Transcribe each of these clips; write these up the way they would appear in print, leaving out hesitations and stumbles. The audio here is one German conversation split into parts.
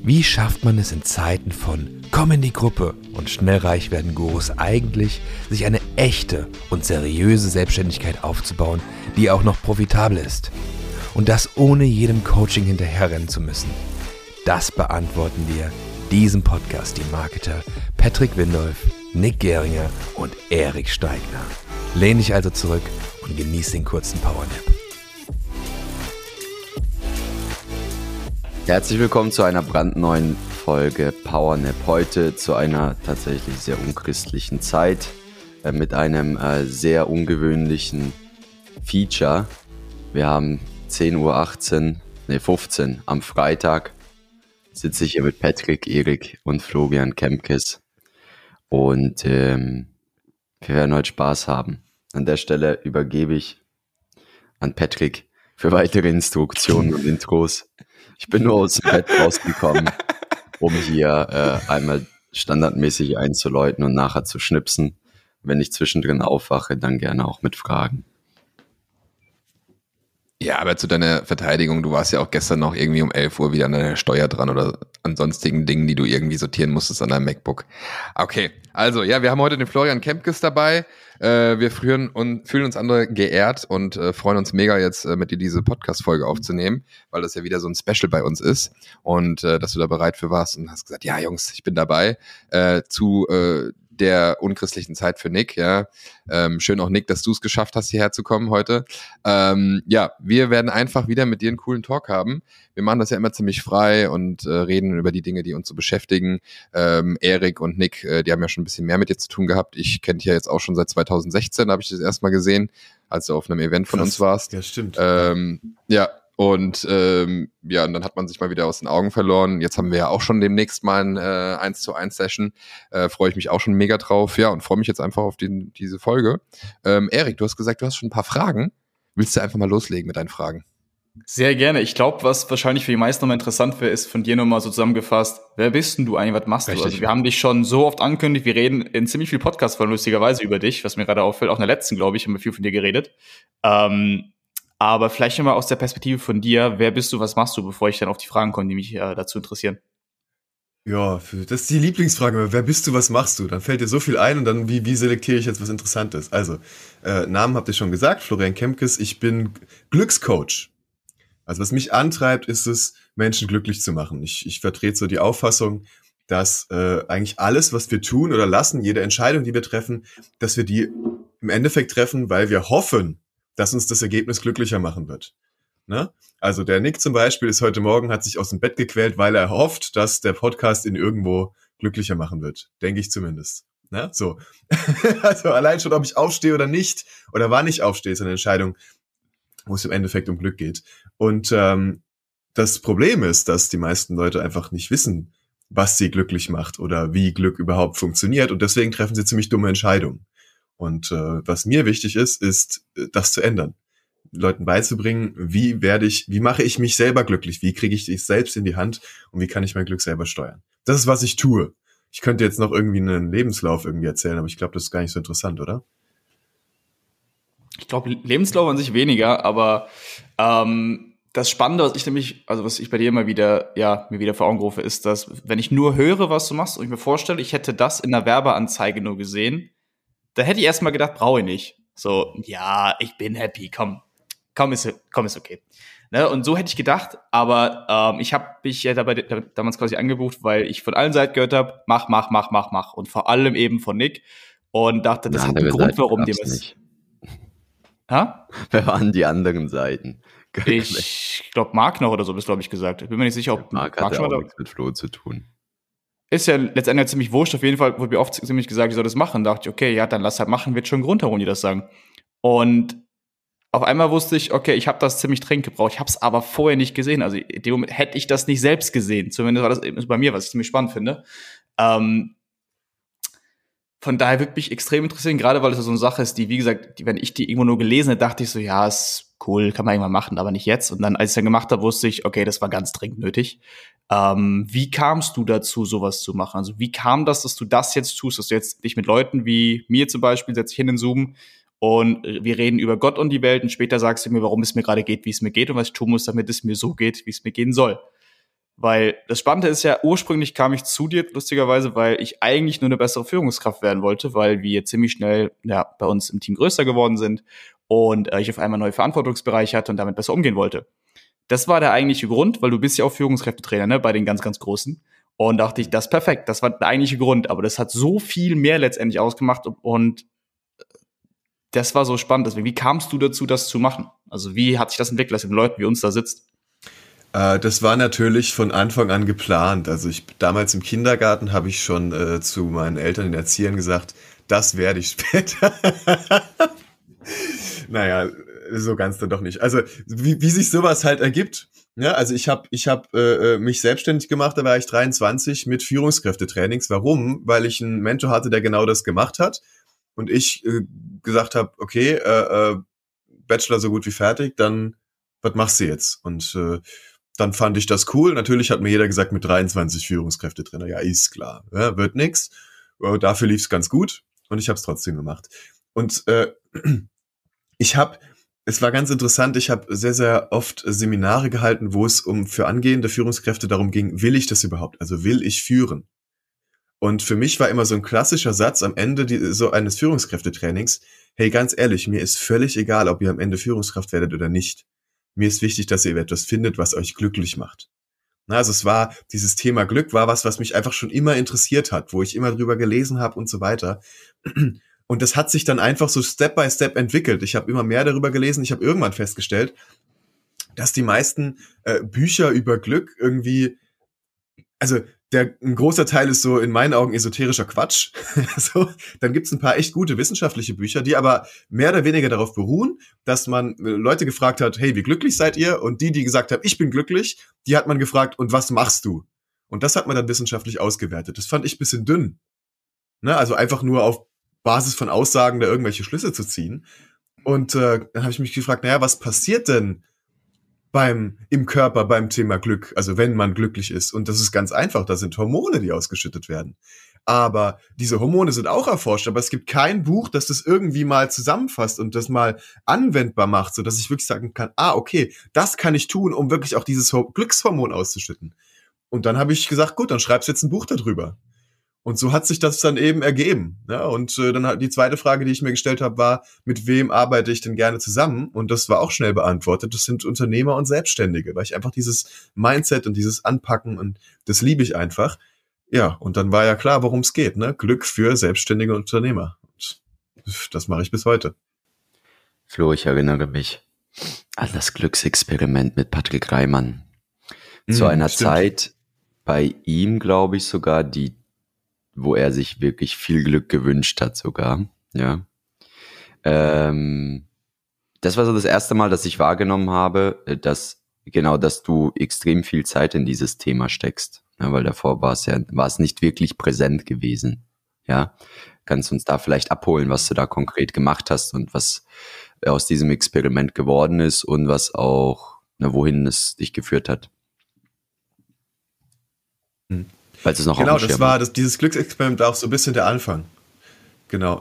Wie schafft man es in Zeiten von Komm in die Gruppe und schnell reich werden Gurus eigentlich, sich eine echte und seriöse Selbstständigkeit aufzubauen, die auch noch profitabel ist? Und das ohne jedem Coaching hinterherrennen zu müssen. Das beantworten wir diesem Podcast die Marketer Patrick Windolf, Nick Geringer und Erik Steigner. Lehn dich also zurück und genieß den kurzen Powernap. Herzlich willkommen zu einer brandneuen Folge Powernap. Heute zu einer tatsächlich sehr unchristlichen Zeit mit einem sehr ungewöhnlichen Feature. Wir haben 15 Uhr am Freitag. Sitze ich hier mit Patrick, Erik und Florian Kempkes und wir werden heute Spaß haben. An der Stelle übergebe ich an Patrick für weitere Instruktionen und Intros. Ich bin nur aus dem Bett rausgekommen, um hier einmal standardmäßig einzuläuten und nachher zu schnipsen. Wenn ich zwischendrin aufwache, dann gerne auch mit Fragen. Ja, aber zu deiner Verteidigung, du warst ja auch gestern noch irgendwie um 11 Uhr wieder an deiner Steuer dran oder an sonstigen Dingen, die du irgendwie sortieren musstest an deinem MacBook. Okay, also ja, wir haben heute den Florian Kempkes dabei. Wir fühlen uns andere geehrt und freuen uns mega jetzt mit dir diese Podcast-Folge aufzunehmen, weil das ja wieder so ein Special bei uns ist und dass du da bereit für warst und hast gesagt, ja Jungs, ich bin dabei zu der unchristlichen Zeit für Nick, ja. Schön auch, Nick, dass du es geschafft hast, hierher zu kommen heute. Ja, wir werden einfach wieder mit dir einen coolen Talk haben. Wir machen das ja immer ziemlich frei und reden über die Dinge, die uns so beschäftigen. Erik und Nick, die haben ja schon ein bisschen mehr mit dir zu tun gehabt. Ich kenne dich ja jetzt auch schon seit 2016, habe ich das erstmal gesehen, als du auf einem Event von uns warst. Ja, stimmt. Ja, und ja, und dann hat man sich mal wieder aus den Augen verloren. Jetzt haben wir ja auch schon demnächst mal ein 1:1 Session. Freue ich mich auch schon mega drauf. Ja, und freue mich jetzt einfach auf diese Folge. Erik, du hast gesagt, du hast schon ein paar Fragen. Willst du einfach mal loslegen mit deinen Fragen? Sehr gerne. Ich glaube, was wahrscheinlich für die meisten nochmal interessant wäre, ist von dir nochmal so zusammengefasst, wer bist denn du eigentlich, was machst Richtig. du? Also wir haben dich schon so oft angekündigt, wir reden in ziemlich viel Podcasts lustigerweise über dich, was mir gerade auffällt. Auch in der letzten, glaube ich, haben wir viel von dir geredet. Aber vielleicht nochmal aus der Perspektive von dir, wer bist du, was machst du, bevor ich dann auf die Fragen komme, die mich dazu interessieren. Ja, das ist die Lieblingsfrage. Wer bist du, was machst du? Dann fällt dir so viel ein und dann wie selektiere ich jetzt was Interessantes? Also, Namen habt ihr schon gesagt, Florian Kempkes. Ich bin Glückscoach. Also was mich antreibt, ist es, Menschen glücklich zu machen. Ich vertrete so die Auffassung, dass eigentlich alles, was wir tun oder lassen, jede Entscheidung, die wir treffen, dass wir die im Endeffekt treffen, weil wir hoffen, dass uns das Ergebnis glücklicher machen wird. Ne? Also der Nick zum Beispiel ist heute Morgen, hat sich aus dem Bett gequält, weil er hofft, dass der Podcast ihn irgendwo glücklicher machen wird. Denke ich zumindest. Ne? So. Also allein schon, ob ich aufstehe oder nicht, oder wann ich aufstehe, ist eine Entscheidung, wo es im Endeffekt um Glück geht. Und das Problem ist, dass die meisten Leute einfach nicht wissen, was sie glücklich macht oder wie Glück überhaupt funktioniert. Und deswegen treffen sie ziemlich dumme Entscheidungen. Und was mir wichtig ist, das zu ändern. Leuten beizubringen, wie mache ich mich selber glücklich? Wie kriege ich es selbst in die Hand? Und wie kann ich mein Glück selber steuern? Das ist, was ich tue. Ich könnte jetzt noch irgendwie einen Lebenslauf irgendwie erzählen, aber ich glaube, das ist gar nicht so interessant, oder? Ich glaube, Lebenslauf an sich weniger, aber das Spannende, was ich bei dir immer wieder, mir wieder vor Augen rufe, ist, dass, wenn ich nur höre, was du machst und ich mir vorstelle, ich hätte das in einer Werbeanzeige nur gesehen, da hätte ich erstmal gedacht, brauche ich nicht. So, ja, ich bin happy, komm ist okay. Ne? Und so hätte ich gedacht, aber ich habe mich ja dabei damals quasi angebucht, weil ich von allen Seiten gehört habe, mach. Und vor allem eben von Nick. Und dachte, das hat einen Grund, warum dir was... Ha? Wer waren die anderen Seiten? Ich glaube, Marc noch oder so, glaube ich, gesagt. Ich bin mir nicht sicher, ob Marc hat ja auch nichts mit Flo zu tun. Ist ja letztendlich ziemlich wurscht. Auf jeden Fall wurde mir oft ziemlich gesagt, ich soll das machen. Da dachte ich, okay, ja, dann lass halt machen, wird schon einen Grund, warum die das sagen. Und auf einmal wusste ich, okay, ich habe das ziemlich dringend gebraucht. Ich habe es aber vorher nicht gesehen. Also in dem Moment hätte ich das nicht selbst gesehen. Zumindest war das eben bei mir, was ich ziemlich spannend finde. Von daher würde mich extrem interessieren, gerade weil es so eine Sache ist, die, wie gesagt, wenn ich die irgendwo nur gelesen hätte, dachte ich so, ja, ist cool, kann man irgendwann machen, aber nicht jetzt. Und dann, als ich es dann gemacht habe, wusste ich, okay, das war ganz dringend nötig. Wie kamst du dazu, sowas zu machen? Also wie kam das, dass du das jetzt tust, dass du jetzt dich mit Leuten wie mir zum Beispiel, setz dich hin in Zoom und wir reden über Gott und die Welt und später sagst du mir, warum es mir gerade geht, wie es mir geht und was ich tun muss, damit es mir so geht, wie es mir gehen soll. Weil das Spannende ist ja, ursprünglich kam ich zu dir, lustigerweise, weil ich eigentlich nur eine bessere Führungskraft werden wollte, weil wir ziemlich schnell bei uns im Team größer geworden sind und ich auf einmal neue Verantwortungsbereiche hatte und damit besser umgehen wollte. Das war der eigentliche Grund, weil du bist ja auch Führungskräftetrainer, ne, bei den ganz, ganz Großen. Und dachte ich, das ist perfekt, das war der eigentliche Grund. Aber das hat so viel mehr letztendlich ausgemacht und das war so spannend. Deswegen, wie kamst du dazu, das zu machen? Also wie hat sich das entwickelt, dass ihr mit Leuten wie uns da sitzt? Das war natürlich von Anfang an geplant. Also damals im Kindergarten habe ich schon zu meinen Eltern, den Erziehern gesagt, das werde ich später. Naja, so ganz dann doch nicht. Also wie sich sowas halt ergibt. Ja, also ich hab mich selbstständig gemacht, da war ich 23 mit Führungskräftetrainings. Warum? Weil ich einen Mentor hatte, der genau das gemacht hat. Und ich gesagt habe, okay, Bachelor so gut wie fertig, dann was machst du jetzt? Und dann fand ich das cool. Natürlich hat mir jeder gesagt, mit 23 Führungskräftetrainer, ja, ist klar, ja, wird nix. Dafür lief's ganz gut und ich habe es trotzdem gemacht. Und es war ganz interessant, ich habe sehr, sehr oft Seminare gehalten, wo es für angehende Führungskräfte darum ging, will ich das überhaupt? Also will ich führen? Und für mich war immer so ein klassischer Satz am Ende so eines Führungskräftetrainings, hey, ganz ehrlich, mir ist völlig egal, ob ihr am Ende Führungskraft werdet oder nicht. Mir ist wichtig, dass ihr etwas findet, was euch glücklich macht. Also dieses Thema Glück war was mich einfach schon immer interessiert hat, wo ich immer drüber gelesen habe und so weiter. Und das hat sich dann einfach so Step by Step entwickelt. Ich habe immer mehr darüber gelesen. Ich habe irgendwann festgestellt, dass die meisten Bücher über Glück irgendwie, also ein großer Teil ist so in meinen Augen esoterischer Quatsch. So, dann gibt's ein paar echt gute wissenschaftliche Bücher, die aber mehr oder weniger darauf beruhen, dass man Leute gefragt hat, hey, wie glücklich seid ihr? Und die gesagt haben, ich bin glücklich, die hat man gefragt, und was machst du? Und das hat man dann wissenschaftlich ausgewertet. Das fand ich ein bisschen dünn. Ne? Also einfach nur auf Basis von Aussagen da irgendwelche Schlüsse zu ziehen. Und dann habe ich mich gefragt, naja, was passiert denn im Körper beim Thema Glück, also wenn man glücklich ist? Und das ist ganz einfach, da sind Hormone, die ausgeschüttet werden. Aber diese Hormone sind auch erforscht, aber es gibt kein Buch, das das irgendwie mal zusammenfasst und das mal anwendbar macht, so dass ich wirklich sagen kann, okay, das kann ich tun, um wirklich auch dieses Glückshormon auszuschütten. Und dann habe ich gesagt, gut, dann schreibst du jetzt ein Buch darüber. Und so hat sich das dann eben ergeben. Ja, und dann hat die zweite Frage, die ich mir gestellt habe, war, mit wem arbeite ich denn gerne zusammen? Und das war auch schnell beantwortet. Das sind Unternehmer und Selbstständige, weil ich einfach dieses Mindset und dieses Anpacken, und das liebe ich einfach. Ja, und dann war ja klar, worum es geht, ne? Glück für selbstständige Unternehmer. Und das mache ich bis heute. Flo, ich erinnere mich an das Glücksexperiment mit Patrick Reimann. Zu einer stimmt. Zeit bei ihm, glaube ich sogar, wo er sich wirklich viel Glück gewünscht hat sogar, ja. Das war so das erste Mal, dass ich wahrgenommen habe, dass du extrem viel Zeit in dieses Thema steckst, ja, weil davor war es nicht wirklich präsent gewesen, ja. Kannst du uns da vielleicht abholen, was du da konkret gemacht hast und was aus diesem Experiment geworden ist und was auch, wohin es dich geführt hat? Falls es noch Genau, auf dem das Schirm war dieses Glücksexperiment war auch so ein bisschen der Anfang. Genau.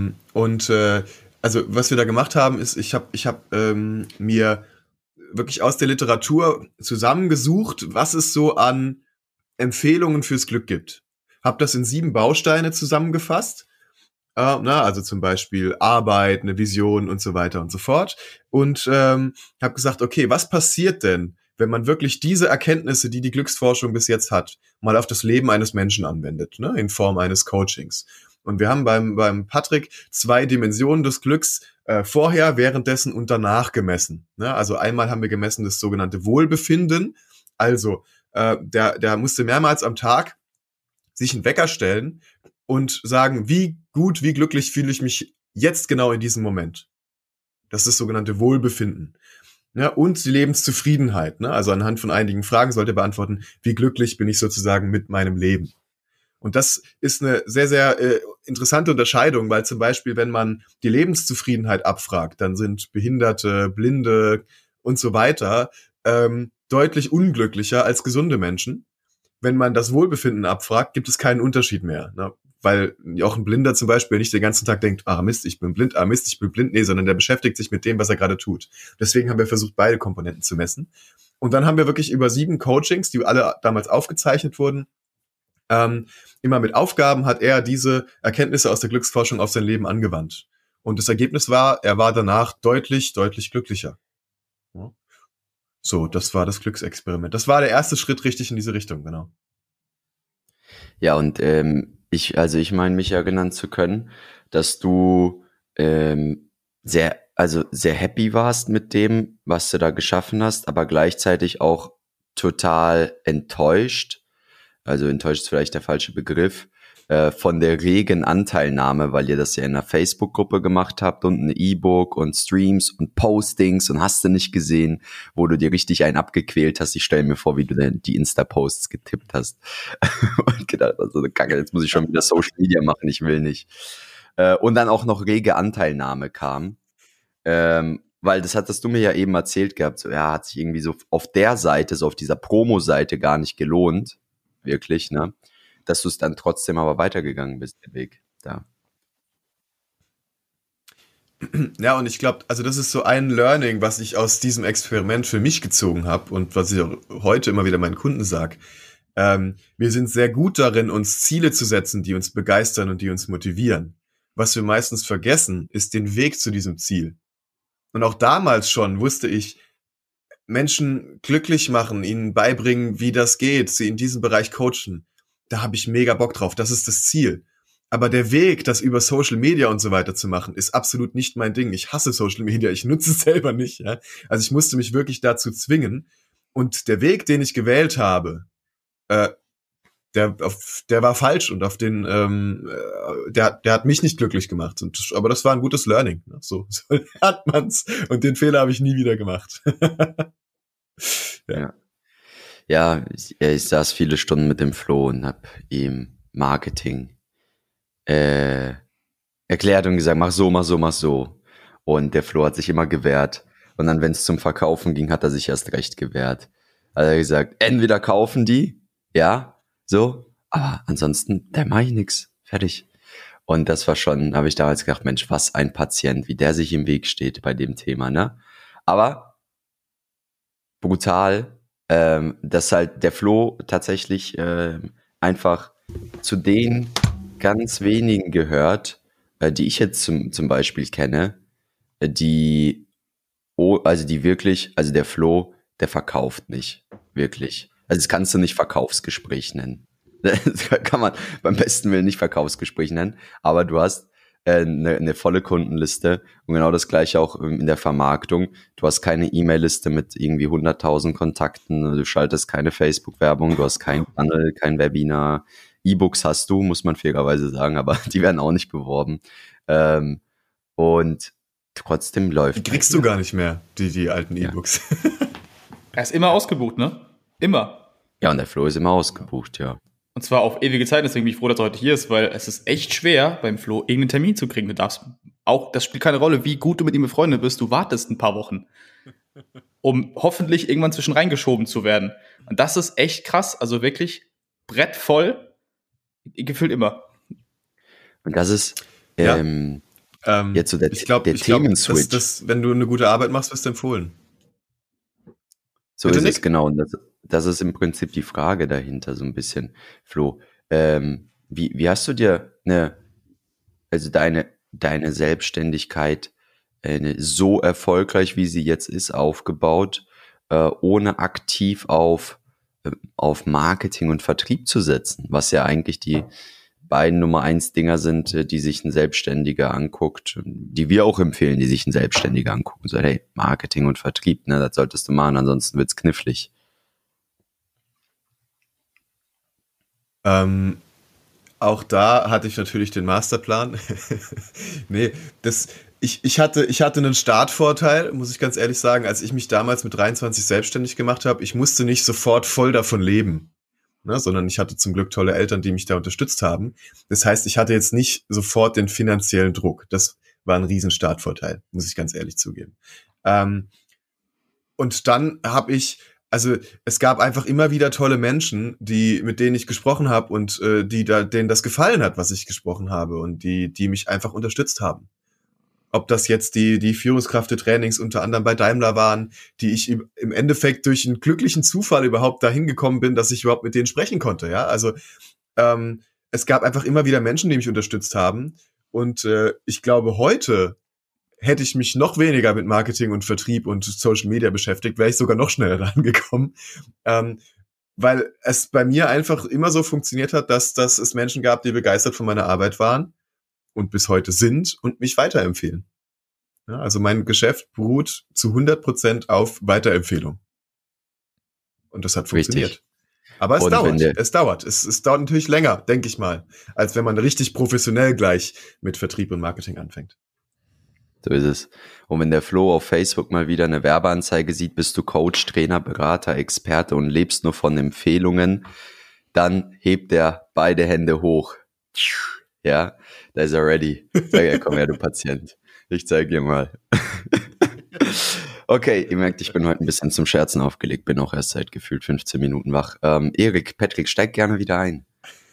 Also was wir da gemacht haben, ist, ich hab mir wirklich aus der Literatur zusammengesucht, was es so an Empfehlungen fürs Glück gibt. Hab das in 7 Bausteine zusammengefasst. Also zum Beispiel Arbeit, eine Vision und so weiter und so fort. Und habe gesagt, okay, was passiert denn, wenn man wirklich diese Erkenntnisse, die die Glücksforschung bis jetzt hat, mal auf das Leben eines Menschen anwendet, ne, in Form eines Coachings. Und wir haben beim Patrick 2 Dimensionen des Glücks vorher, währenddessen und danach gemessen. Ne? Also einmal haben wir gemessen das sogenannte Wohlbefinden. Also der musste mehrmals am Tag sich einen Wecker stellen und sagen, wie gut, wie glücklich fühle ich mich jetzt genau in diesem Moment. Das ist das sogenannte Wohlbefinden. Ja, und die Lebenszufriedenheit. Ne? Also anhand von einigen Fragen sollte er beantworten, wie glücklich bin ich sozusagen mit meinem Leben. Und das ist eine sehr, sehr interessante Unterscheidung, weil zum Beispiel, wenn man die Lebenszufriedenheit abfragt, dann sind Behinderte, Blinde und so weiter deutlich unglücklicher als gesunde Menschen. Wenn man das Wohlbefinden abfragt, gibt es keinen Unterschied mehr. Ne? Weil auch ein Blinder zum Beispiel nicht den ganzen Tag denkt, Mist, ich bin blind, Mist, ich bin blind, nee, sondern der beschäftigt sich mit dem, was er gerade tut. Deswegen haben wir versucht, beide Komponenten zu messen. Und dann haben wir wirklich über 7 Coachings, die alle damals aufgezeichnet wurden, immer mit Aufgaben hat er diese Erkenntnisse aus der Glücksforschung auf sein Leben angewandt. Und das Ergebnis war, er war danach deutlich, deutlich glücklicher. Ja. So, das war das Glücksexperiment. Das war der erste Schritt richtig in diese Richtung, genau. Ja, und ich meine, mich erinnern zu können, dass du sehr happy warst mit dem, was du da geschaffen hast, aber gleichzeitig auch total enttäuscht. Also enttäuscht ist vielleicht der falsche Begriff, von der regen Anteilnahme, weil ihr das ja in einer Facebook-Gruppe gemacht habt und ein E-Book und Streams und Postings und hast du nicht gesehen, wo du dir richtig einen abgequält hast. Ich stelle mir vor, wie du denn die Insta-Posts getippt hast und gedacht, also Kacke, jetzt muss ich schon wieder Social Media machen, ich will nicht. Und dann auch noch rege Anteilnahme kam, weil das hattest du mir ja eben erzählt gehabt, so, ja, hat sich irgendwie so auf der Seite, so auf dieser Promo-Seite gar nicht gelohnt, wirklich, ne? Dass du es dann trotzdem aber weitergegangen bist, den Weg da. Ja, und ich glaube, also das ist so ein Learning, was ich aus diesem Experiment für mich gezogen habe und was ich auch heute immer wieder meinen Kunden sage. Wir sind sehr gut darin, uns Ziele zu setzen, die uns begeistern und die uns motivieren. Was wir meistens vergessen, ist den Weg zu diesem Ziel. Und auch damals schon wusste ich, Menschen glücklich machen, ihnen beibringen, wie das geht, sie in diesem Bereich coachen. Da habe ich mega Bock drauf. Das ist das Ziel. Aber der Weg, das über Social Media und so weiter zu machen, ist absolut nicht mein Ding. Ich hasse Social Media. Ich nutze es selber nicht. Ja? Also ich musste mich wirklich dazu zwingen. Und der Weg, den ich gewählt habe, der war falsch und auf den, der hat mich nicht glücklich gemacht. Aber das war ein gutes Learning. Ne? So lernt man's. Und den Fehler habe ich nie wieder gemacht. Ja. Ja, ich saß viele Stunden mit dem Flo und hab ihm Marketing erklärt und gesagt, mach so, mach so, mach so. Und der Flo hat sich immer gewehrt. Und dann, wenn es zum Verkaufen ging, hat er sich erst recht gewehrt. Also er hat gesagt, entweder kaufen die, ja, so, aber ansonsten, da mach ich nix. Fertig. Und das war schon, habe ich damals gedacht, Mensch, was ein Patient, wie der sich im Weg steht bei dem Thema, ne? Aber brutal, dass halt der Flo tatsächlich einfach zu den ganz wenigen gehört, die ich jetzt zum Beispiel kenne, die wirklich, also der Flo, der verkauft nicht, wirklich. Also das kannst du nicht Verkaufsgespräch nennen. Das kann man beim besten Willen nicht Verkaufsgespräch nennen, aber du hast eine volle Kundenliste und genau das gleiche auch in der Vermarktung. Du hast keine E-Mail-Liste mit irgendwie 100.000 Kontakten, du schaltest keine Facebook-Werbung, du hast kein Funnel, kein Webinar. E-Books hast du, muss man fairerweise sagen, aber die werden auch nicht beworben. Und trotzdem läuft. Die kriegst du gar nicht mehr, die alten E-Books. Er ist immer ausgebucht, ne? Immer. Ja, und der Flo ist immer ausgebucht, ja. Und zwar auf ewige Zeit, deswegen bin ich froh, dass er heute hier ist, weil es ist echt schwer, beim Flo irgendeinen Termin zu kriegen. Du darfst auch, das spielt keine Rolle, wie gut du mit ihm befreundet bist, du wartest ein paar Wochen, um hoffentlich irgendwann zwischen reingeschoben zu werden. Und das ist echt krass, also wirklich brettvoll, gefühlt immer. Und das ist jetzt so der Themenswitch. Wenn du eine gute Arbeit machst, wirst du empfohlen. So ist es, genau. Und das ist im Prinzip die Frage dahinter, so ein bisschen, Flo. Wie hast du dir deine Selbstständigkeit so erfolgreich, wie sie jetzt ist, aufgebaut, ohne aktiv auf Marketing und Vertrieb zu setzen, was ja eigentlich die beiden Nummer 1 Dinger sind, die sich ein Selbstständiger anguckt, die wir auch empfehlen, die sich ein Selbstständiger angucken. So, hey, Marketing und Vertrieb, ne, das solltest du machen, ansonsten wird's knifflig. Auch da hatte ich natürlich den Masterplan. Nee, ich hatte einen Startvorteil, muss ich ganz ehrlich sagen, als ich mich damals mit 23 selbstständig gemacht habe. Ich musste nicht sofort voll davon leben, ne, sondern ich hatte zum Glück tolle Eltern, die mich da unterstützt haben. Das heißt, ich hatte jetzt nicht sofort den finanziellen Druck. Das war ein riesen Startvorteil, muss ich ganz ehrlich zugeben. Und dann also es gab einfach immer wieder tolle Menschen, mit denen ich gesprochen habe und denen das gefallen hat, was ich gesprochen habe und die mich einfach unterstützt haben. ob das jetzt die Führungskräfte-Trainings unter anderem bei Daimler waren, die ich im Endeffekt durch einen glücklichen Zufall überhaupt dahin gekommen bin, dass ich überhaupt mit denen sprechen konnte. Ja, also es gab einfach immer wieder Menschen, die mich unterstützt haben. Und ich glaube, heute hätte ich mich noch weniger mit Marketing und Vertrieb und Social Media beschäftigt, wäre ich sogar noch schneller rangekommen. Weil es bei mir einfach immer so funktioniert hat, dass es Menschen gab, die begeistert von meiner Arbeit waren und bis heute sind und mich weiterempfehlen. Ja, also mein Geschäft beruht zu 100% auf Weiterempfehlung. Und das hat funktioniert. Richtig. Aber es Und dauert. Es dauert natürlich länger, denke ich mal, als wenn man richtig professionell gleich mit Vertrieb und Marketing anfängt. So ist es. Und wenn der Flo auf Facebook mal wieder eine Werbeanzeige sieht, bist du Coach, Trainer, Berater, Experte und lebst nur von Empfehlungen, dann hebt er beide Hände hoch. Ja, da ist er ready. Sag er, komm her, du Patient. Ich zeig dir mal. Okay, ihr merkt, ich bin heute ein bisschen zum Scherzen aufgelegt, bin auch erst seit gefühlt 15 Minuten wach. Erik, Patrick, steig gerne wieder ein.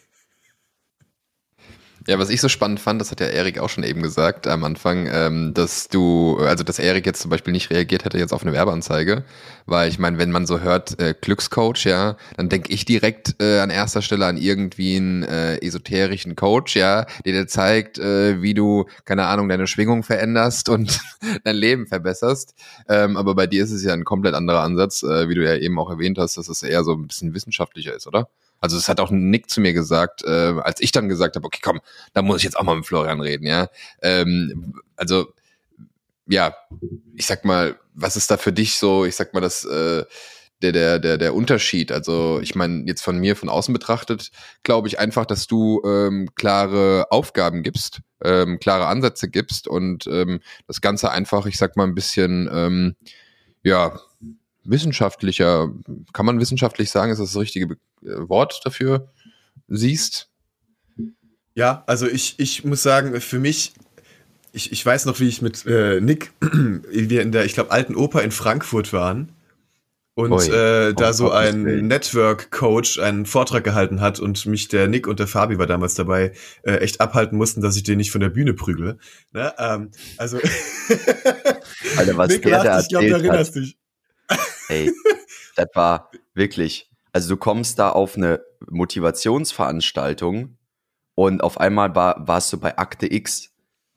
Ja, was ich so spannend fand, das hat ja Erik auch schon eben gesagt am Anfang, dass Erik jetzt zum Beispiel nicht reagiert hätte jetzt auf eine Werbeanzeige, weil ich meine, wenn man so hört, Glückscoach, ja, dann denke ich direkt an erster Stelle an irgendwie einen esoterischen Coach, ja, der dir zeigt, wie du, keine Ahnung, deine Schwingung veränderst und dein Leben verbesserst, aber bei dir ist es ja ein komplett anderer Ansatz, wie du ja eben auch erwähnt hast, dass es eher so ein bisschen wissenschaftlicher ist, oder? Also es hat auch Nick zu mir gesagt, als ich dann gesagt habe, okay, komm, da muss ich jetzt auch mal mit Florian reden, ja. Also, ja, ich sag mal, was ist da für dich so, ich sag mal, der Unterschied? Also, ich meine, jetzt von mir von außen betrachtet, glaube ich einfach, dass du klare Aufgaben gibst, klare Ansätze gibst und das Ganze einfach, ich sag mal, ein bisschen, wissenschaftlicher, kann man wissenschaftlich sagen, ist das richtige Wort dafür, siehst? Ja, also ich muss sagen, für mich, ich weiß noch, wie ich mit Nick, wir in der, ich glaube, alten Oper in Frankfurt waren und da so ein Network-Coach einen Vortrag gehalten hat und mich der Nick und der Fabi war damals dabei echt abhalten mussten, dass ich den nicht von der Bühne prügle. Ne? Also Alter, was Nick der lacht, ich glaube, du erinnerst dich. Ey, das war wirklich, also du kommst da auf eine Motivationsveranstaltung und auf einmal warst du bei Akte X.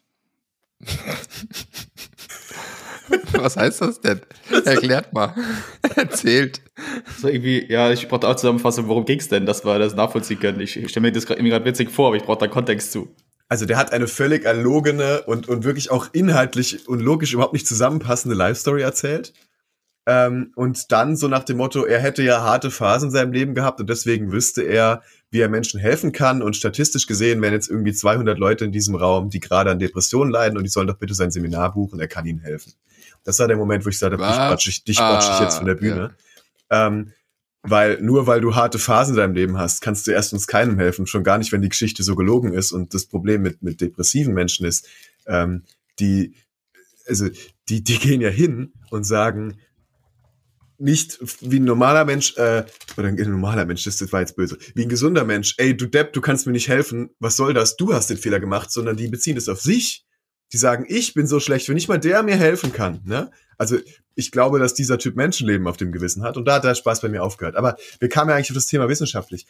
Was heißt das denn? Erklärt mal. Erzählt. So irgendwie, ja, ich brauchte auch Zusammenfassung, worum ging's denn, dass wir das nachvollziehen können. Ich stelle mir das gerade witzig vor, aber ich brauche da Kontext zu. Also der hat eine völlig erlogene und wirklich auch inhaltlich und logisch überhaupt nicht zusammenpassende Life-Story erzählt. Und dann so nach dem Motto, er hätte ja harte Phasen in seinem Leben gehabt und deswegen wüsste er, wie er Menschen helfen kann und statistisch gesehen wären jetzt irgendwie 200 Leute in diesem Raum, die gerade an Depressionen leiden und die sollen doch bitte sein Seminar buchen, er kann ihnen helfen. Das war der Moment, wo ich gesagt habe, dich quatsch ich jetzt von der Bühne. Ja. Weil du harte Phasen in deinem Leben hast, kannst du erstens keinem helfen, schon gar nicht, wenn die Geschichte so gelogen ist und das Problem mit depressiven Menschen ist, die gehen ja hin und sagen, nicht wie ein normaler Mensch, oder ein normaler Mensch, das war jetzt böse, wie ein gesunder Mensch, ey, du Depp, du kannst mir nicht helfen, was soll das, du hast den Fehler gemacht, sondern die beziehen es auf sich. Die sagen, ich bin so schlecht, wenn nicht mal der mir helfen kann. Ne? Also ich glaube, dass dieser Typ Menschenleben auf dem Gewissen hat und da hat der Spaß bei mir aufgehört. Aber wir kamen ja eigentlich auf das Thema wissenschaftlich.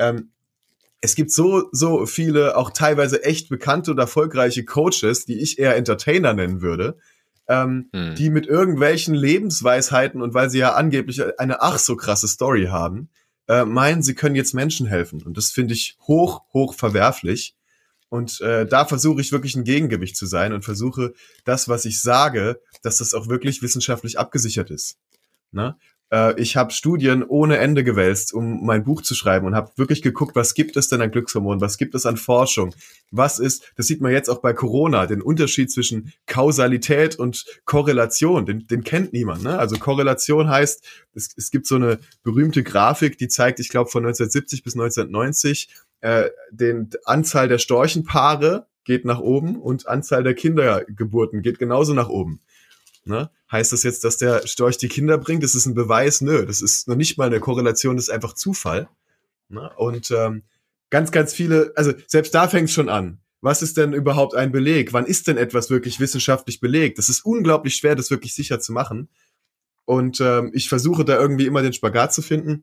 Es gibt so viele, auch teilweise echt bekannte und erfolgreiche Coaches, die ich eher Entertainer nennen würde, die mit irgendwelchen Lebensweisheiten und weil sie ja angeblich eine ach so krasse Story haben, meinen, sie können jetzt Menschen helfen. Und das finde ich hoch verwerflich. Und da versuche ich wirklich ein Gegengewicht zu sein und versuche, das, was ich sage, dass das auch wirklich wissenschaftlich abgesichert ist. Ne? Ich habe Studien ohne Ende gewälzt, um mein Buch zu schreiben und habe wirklich geguckt, was gibt es denn an Glückshormonen, was gibt es an Forschung, was ist, das sieht man jetzt auch bei Corona, den Unterschied zwischen Kausalität und Korrelation, den kennt niemand. Ne? Also Korrelation heißt, es gibt so eine berühmte Grafik, die zeigt, ich glaube von 1970 bis 1990, den Anzahl der Storchenpaare geht nach oben und Anzahl der Kindergeburten geht genauso nach oben. Ne? Heißt das jetzt, dass der Storch die Kinder bringt? Das ist ein Beweis? Nö, das ist noch nicht mal eine Korrelation, das ist einfach Zufall. Ne? Und ganz viele, also selbst da fängt es schon an. was ist denn überhaupt ein Beleg? Wann ist denn etwas wirklich wissenschaftlich belegt? Das ist unglaublich schwer, das wirklich sicher zu machen. Und ich versuche da irgendwie immer den Spagat zu finden,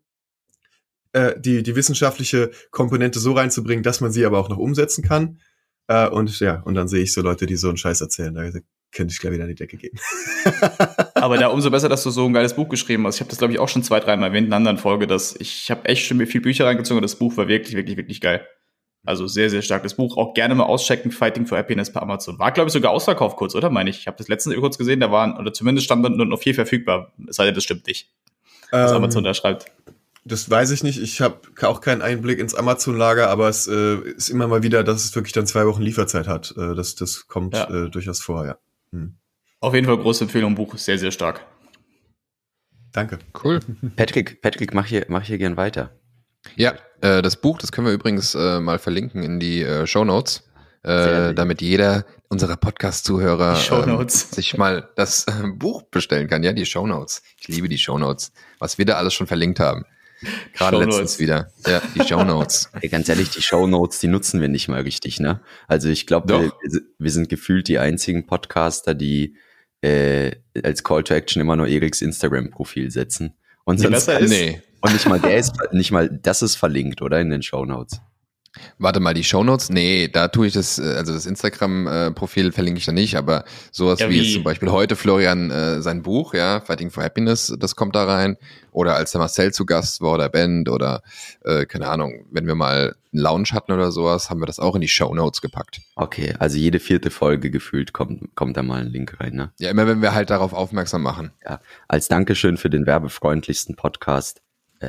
die wissenschaftliche Komponente so reinzubringen, dass man sie aber auch noch umsetzen kann. Und dann sehe ich so Leute, die so einen Scheiß erzählen. Da könnte ich gleich wieder an die Decke gehen. Aber da umso besser, dass du so ein geiles Buch geschrieben hast. Ich habe das, glaube ich, auch schon 2-3 Mal erwähnt in einer anderen Folge, dass ich habe echt schon mir viel Bücher reingezogen und das Buch war wirklich, wirklich, wirklich geil. Also sehr, sehr starkes Buch. Auch gerne mal auschecken, Fighting for Happiness bei Amazon. War, glaube ich, sogar ausverkauft kurz, oder? Meine ich. Ich habe das letztens kurz gesehen, da waren, oder zumindest stand dann nur noch 4 verfügbar. Es sei denn, das stimmt nicht. Was Amazon da schreibt. Das weiß ich nicht. Ich habe auch keinen Einblick ins Amazon-Lager, aber es ist immer mal wieder, dass es wirklich dann 2 Wochen Lieferzeit hat. Das kommt durchaus vor, ja. Auf jeden Fall große Empfehlung, Buch. Sehr, sehr stark. Danke. Cool. Patrick, mach hier gern weiter. Ja, das Buch, das können wir übrigens mal verlinken in die Shownotes, damit jeder unserer Podcast-Zuhörer sich mal das Buch bestellen kann. Ja, die Shownotes. Ich liebe die Shownotes. Was wir da alles schon verlinkt haben. Gerade letztens wieder. Ja, die Shownotes. Ey, ganz ehrlich, die Shownotes, die nutzen wir nicht mal richtig, ne? Also ich glaube, wir sind gefühlt die einzigen Podcaster, die als Call to Action immer nur Eriks Instagram-Profil setzen. Und sonst Und nicht mal das ist verlinkt, oder? In den Shownotes. Warte mal, die Shownotes? Nee, da tue ich das, also das Instagram-Profil verlinke ich da nicht, aber sowas wie jetzt zum Beispiel heute Florian sein Buch, ja, Fighting for Happiness, das kommt da rein. Oder als der Marcel zu Gast war oder Band oder, keine Ahnung, wenn wir mal einen Lounge hatten oder sowas, haben wir das auch in die Shownotes gepackt. Okay, also jede 4. Folge gefühlt kommt da mal ein Link rein, ne? Ja, immer wenn wir halt darauf aufmerksam machen. Ja, als Dankeschön für den werbefreundlichsten Podcast,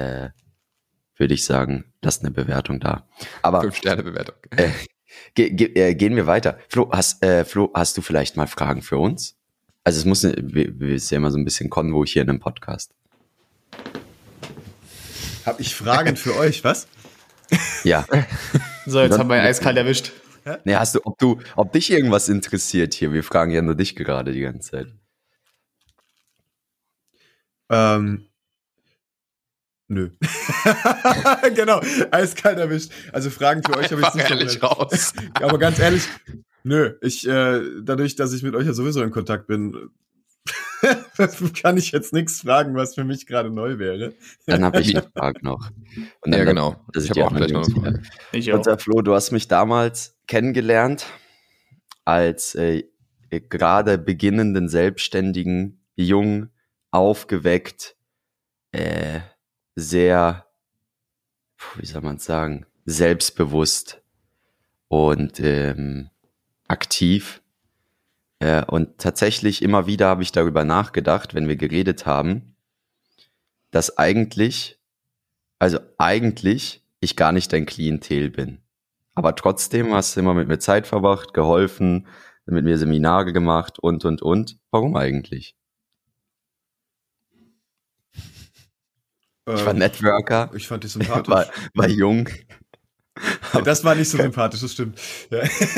würde ich sagen, lasst eine Bewertung da. Aber 5-Sterne-Bewertung. Gehen wir weiter. Flo, hast du vielleicht mal Fragen für uns? Also wir sind ja immer so ein bisschen Konvo hier in einem Podcast. Hab ich Fragen für euch, was? Ja. So, jetzt haben wir ihn eiskalt erwischt. Nee, ob dich irgendwas interessiert hier? Wir fragen ja nur dich gerade die ganze Zeit. Nö. Genau, eiskalt erwischt. Also Fragen für euch habe ich nicht ehrlich raus. Aber ganz ehrlich, nö. Dadurch, dass ich mit euch ja sowieso in Kontakt bin, kann ich jetzt nichts fragen, was für mich gerade neu wäre. Dann habe ich eine Frage noch. Und dann genau. Ich habe auch gleich noch eine Frage. Und Flo, du hast mich damals kennengelernt als gerade beginnenden Selbstständigen, jung, aufgeweckt, sehr, wie soll man sagen, selbstbewusst und aktiv. Und tatsächlich immer wieder habe ich darüber nachgedacht, wenn wir geredet haben, dass eigentlich ich gar nicht dein Klientel bin. Aber trotzdem hast du immer mit mir Zeit verbracht, geholfen, mit mir Seminare gemacht und. Warum eigentlich? Ich war Networker. Ich fand dich sympathisch. War jung. Das war nicht so sympathisch, das stimmt. Ja.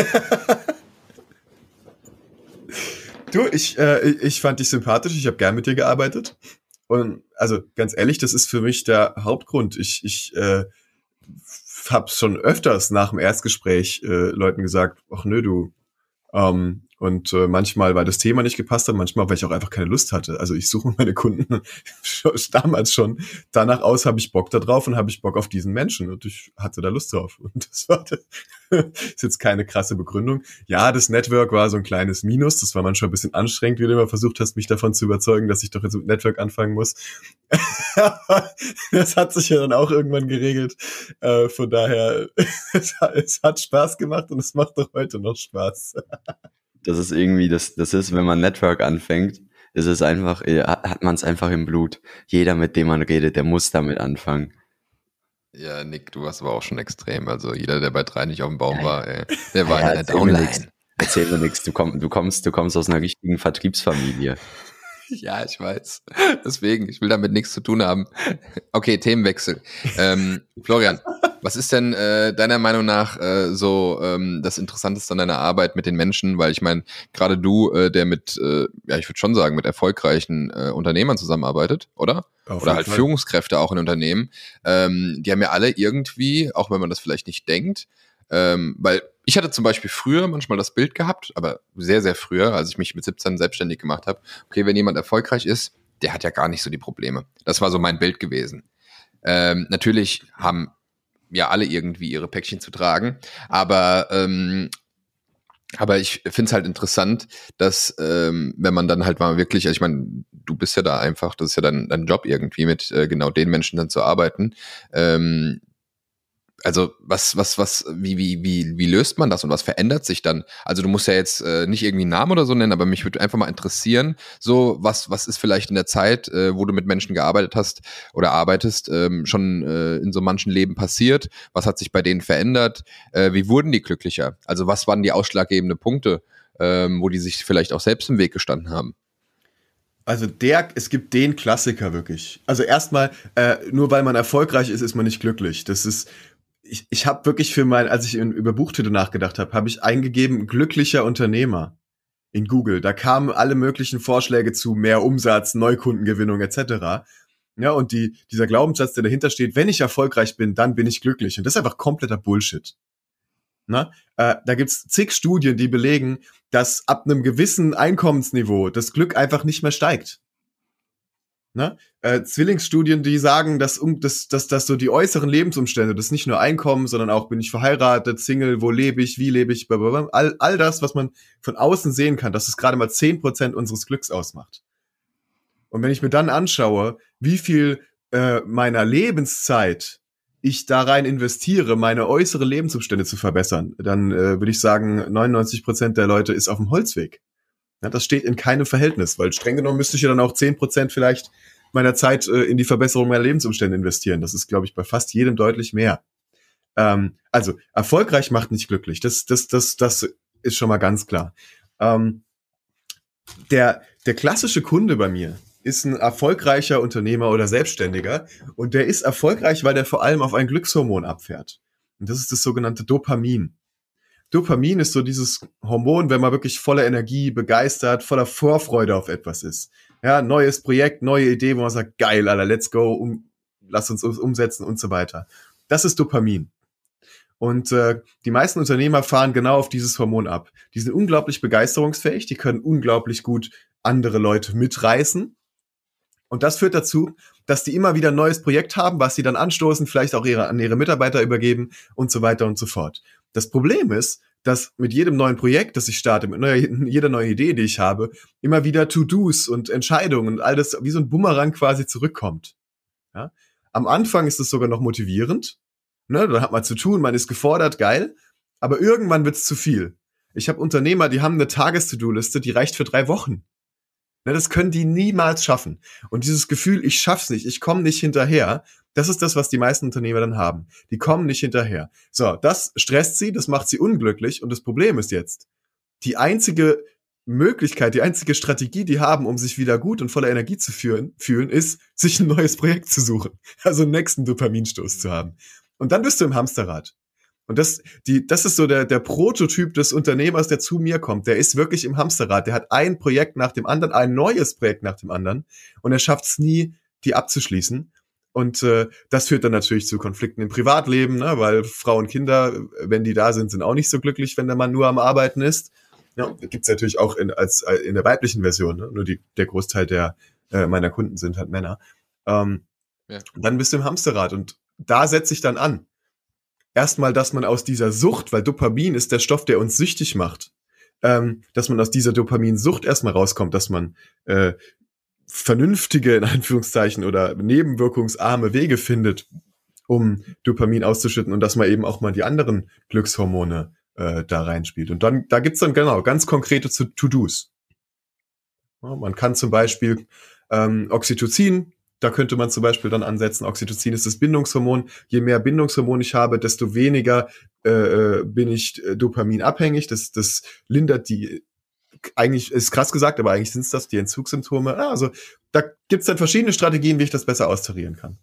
Du, ich fand dich sympathisch, ich habe gern mit dir gearbeitet. Und also ganz ehrlich, das ist für mich der Hauptgrund. Ich habe schon öfters nach dem Erstgespräch Leuten gesagt, ach nö, du. Manchmal, weil das Thema nicht gepasst hat, manchmal, weil ich auch einfach keine Lust hatte. Also ich suche meine Kunden damals schon danach aus, habe ich Bock da drauf und habe ich Bock auf diesen Menschen und ich hatte da Lust drauf. Und das ist jetzt keine krasse Begründung. Ja, das Network war so ein kleines Minus, das war manchmal ein bisschen anstrengend, wie du immer versucht hast, mich davon zu überzeugen, dass ich doch jetzt mit Network anfangen muss. Das hat sich ja dann auch irgendwann geregelt. Von daher, es hat Spaß gemacht und es macht doch heute noch Spaß. Das ist irgendwie, das ist, wenn man Network anfängt, ist es einfach, hat man es einfach im Blut. Jeder, mit dem man redet, der muss damit anfangen. Ja, Nick, du warst aber auch schon extrem. Also jeder, der bei 3 nicht auf dem Baum war, der war in der Downline. Erzähl mir nichts. Du kommst aus einer richtigen Vertriebsfamilie. Ja, ich weiß. Deswegen, ich will damit nichts zu tun haben. Okay, Themenwechsel. Florian, was ist denn deiner Meinung nach das Interessanteste an deiner Arbeit mit den Menschen? Weil ich meine, gerade du, der mit, ich würde schon sagen, mit erfolgreichen Unternehmern zusammenarbeitet, oder? Oder halt Führungskräfte auch in Unternehmen. Die haben ja alle irgendwie, auch wenn man das vielleicht nicht denkt, Weil ich hatte zum Beispiel früher manchmal das Bild gehabt, aber sehr, sehr früher, als ich mich mit 17 selbstständig gemacht habe, okay, wenn jemand erfolgreich ist, der hat ja gar nicht so die Probleme. Das war so mein Bild gewesen. Natürlich haben ja alle irgendwie ihre Päckchen zu tragen, aber ich finde es halt interessant, dass wenn man dann halt mal wirklich, also ich meine, du bist ja da einfach, das ist ja dein Job irgendwie, mit genau den Menschen dann zu arbeiten. Also wie löst man das und was verändert sich dann? Also du musst ja jetzt nicht irgendwie einen Namen oder so nennen, aber mich würde einfach mal interessieren, so was ist vielleicht in der Zeit, wo du mit Menschen gearbeitet hast oder arbeitest, schon in so manchen Leben passiert? Was hat sich bei denen verändert? Wie wurden die glücklicher? Also was waren die ausschlaggebenden Punkte, wo die sich vielleicht auch selbst im Weg gestanden haben? Also es gibt den Klassiker wirklich. Also erstmal, nur weil man erfolgreich ist, ist man nicht glücklich. Das ist, ich habe wirklich als ich über Buchtitel nachgedacht habe, habe ich eingegeben, glücklicher Unternehmer in Google. Da kamen alle möglichen Vorschläge zu mehr Umsatz, Neukundengewinnung etc. Ja, und dieser Glaubenssatz, der dahinter steht, wenn ich erfolgreich bin, dann bin ich glücklich. Und das ist einfach kompletter Bullshit. Na? Da gibt's zig Studien, die belegen, dass ab einem gewissen Einkommensniveau das Glück einfach nicht mehr steigt. Ne? Zwillingsstudien, die sagen, dass so die äußeren Lebensumstände, das nicht nur Einkommen, sondern auch bin ich verheiratet, Single, wo lebe ich, wie lebe ich, blablabla, all das, was man von außen sehen kann, dass es gerade mal 10% unseres Glücks ausmacht. Und wenn ich mir dann anschaue, wie viel meiner Lebenszeit ich da rein investiere, meine äußeren Lebensumstände zu verbessern, dann würde ich sagen, 99% der Leute ist auf dem Holzweg. Ja, das steht in keinem Verhältnis, weil streng genommen müsste ich ja dann auch 10% vielleicht meiner Zeit in die Verbesserung meiner Lebensumstände investieren. Das ist, glaube ich, bei fast jedem deutlich mehr. Also, erfolgreich macht nicht glücklich. Das ist schon mal ganz klar. Der klassische Kunde bei mir ist ein erfolgreicher Unternehmer oder Selbstständiger und der ist erfolgreich, weil der vor allem auf ein Glückshormon abfährt. Und das ist das sogenannte Dopamin. Dopamin ist so dieses Hormon, wenn man wirklich voller Energie, begeistert, voller Vorfreude auf etwas ist. Ja, neues Projekt, neue Idee, wo man sagt, geil, Alter, let's go, lass uns umsetzen und so weiter. Das ist Dopamin. Und die meisten Unternehmer fahren genau auf dieses Hormon ab. Die sind unglaublich begeisterungsfähig, die können unglaublich gut andere Leute mitreißen. Und das führt dazu, dass die immer wieder ein neues Projekt haben, was sie dann anstoßen, vielleicht auch an ihre Mitarbeiter übergeben und so weiter und so fort. Das Problem ist, dass mit jedem neuen Projekt, das ich starte, mit jeder neuen Idee, die ich habe, immer wieder To-Dos und Entscheidungen und all das wie so ein Bumerang quasi zurückkommt. Ja? Am Anfang ist es sogar noch motivierend. Ne? Dann hat man zu tun, man ist gefordert, geil. Aber irgendwann wird es zu viel. Ich habe Unternehmer, die haben eine Tages-To-Do-Liste, die reicht für 3 Wochen. Ne, das können die niemals schaffen. Und dieses Gefühl, ich schaff's nicht, ich komme nicht hinterher, das ist das, was die meisten Unternehmer dann haben. Die kommen nicht hinterher. So, das stresst sie, das macht sie unglücklich. Und das Problem ist jetzt, die einzige Möglichkeit, die einzige Strategie, die haben, um sich wieder gut und voller Energie zu fühlen, ist, sich ein neues Projekt zu suchen. Also einen nächsten Dopaminstoß zu haben. Und dann bist du im Hamsterrad. Und das ist so der Prototyp des Unternehmers, der zu mir kommt. Der ist wirklich im Hamsterrad. Der hat ein Projekt nach dem anderen, ein neues Projekt nach dem anderen. Und er schafft es nie, die abzuschließen. Und das führt dann natürlich zu Konflikten im Privatleben, ne? Weil Frau und Kinder, wenn die da sind, sind auch nicht so glücklich, wenn der Mann nur am Arbeiten ist. Ja, gibt's natürlich auch in der weiblichen Version. Ne? Nur der Großteil meiner Kunden sind halt Männer. Ja. Dann bist du im Hamsterrad. Und da setze ich dann an. Erstmal, dass man aus dieser Sucht, weil Dopamin ist der Stoff, der uns süchtig macht, dass man aus dieser Dopaminsucht erstmal rauskommt, dass man vernünftige, in Anführungszeichen, oder nebenwirkungsarme Wege findet, um Dopamin auszuschütten und dass man eben auch mal die anderen Glückshormone da reinspielt. Und dann, da gibt's dann genau ganz konkrete To-Dos. Ja, man kann zum Beispiel Oxytocin, da könnte man zum Beispiel dann ansetzen. Oxytocin ist das Bindungshormon. Je mehr Bindungshormon ich habe, desto weniger bin ich dopaminabhängig. Das lindert eigentlich ist krass gesagt, aber eigentlich sind es die Entzugssymptome. Also da gibt es dann verschiedene Strategien, wie ich das besser austarieren kann.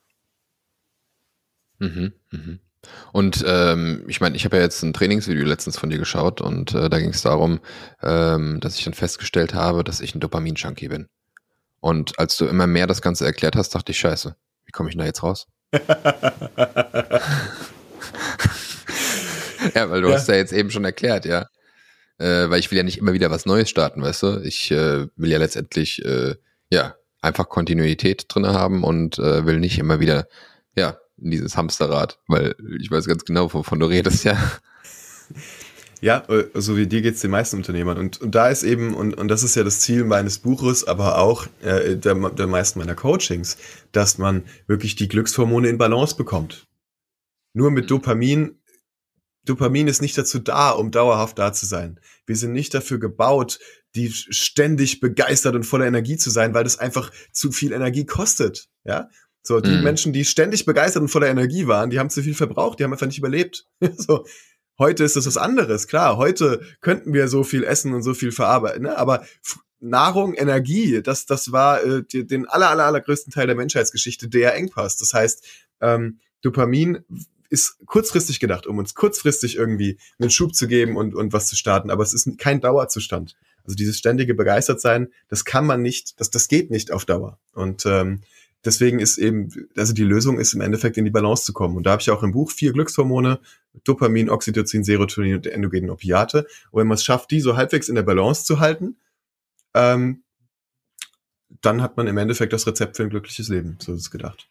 Und ich meine, ich habe ja jetzt ein Trainingsvideo letztens von dir geschaut und da ging es darum, dass ich dann festgestellt habe, dass ich ein Dopamin-Junkie bin. Und als du immer mehr das Ganze erklärt hast, dachte ich, scheiße, wie komme ich denn da jetzt raus? Ja, weil du hast ja jetzt eben schon erklärt, ja. Weil ich will ja nicht immer wieder was Neues starten, weißt du? Ich will ja letztendlich, einfach Kontinuität drin haben und will nicht immer wieder, in dieses Hamsterrad, weil ich weiß ganz genau, wovon du redest, ja. Ja, so wie dir geht's den meisten Unternehmern. Und da ist eben, und das ist ja das Ziel meines Buches, aber auch der meisten meiner Coachings, dass man wirklich die Glückshormone in Balance bekommt. Nur mit Dopamin ist nicht dazu da, um dauerhaft da zu sein. Wir sind nicht dafür gebaut, die ständig begeistert und voller Energie zu sein, weil das einfach zu viel Energie kostet. Ja, so die Menschen, die ständig begeistert und voller Energie waren, die haben zu viel verbraucht, die haben einfach nicht überlebt. So. Heute ist das was anderes, klar. Heute könnten wir so viel essen und so viel verarbeiten, ne? Aber Nahrung, Energie, das war den allergrößten Teil der Menschheitsgeschichte der Engpass. Das heißt, Dopamin ist kurzfristig gedacht, um uns kurzfristig irgendwie einen Schub zu geben und was zu starten. Aber es ist kein Dauerzustand. Also dieses ständige Begeistertsein, das kann man nicht, das geht nicht auf Dauer. Und deswegen ist eben, also die Lösung ist im Endeffekt in die Balance zu kommen. Und da habe ich auch im Buch 4 Glückshormone, Dopamin, Oxytocin, Serotonin und endogenen Opiate. Und wenn man es schafft, die so halbwegs in der Balance zu halten, dann hat man im Endeffekt das Rezept für ein glückliches Leben. So ist es gedacht.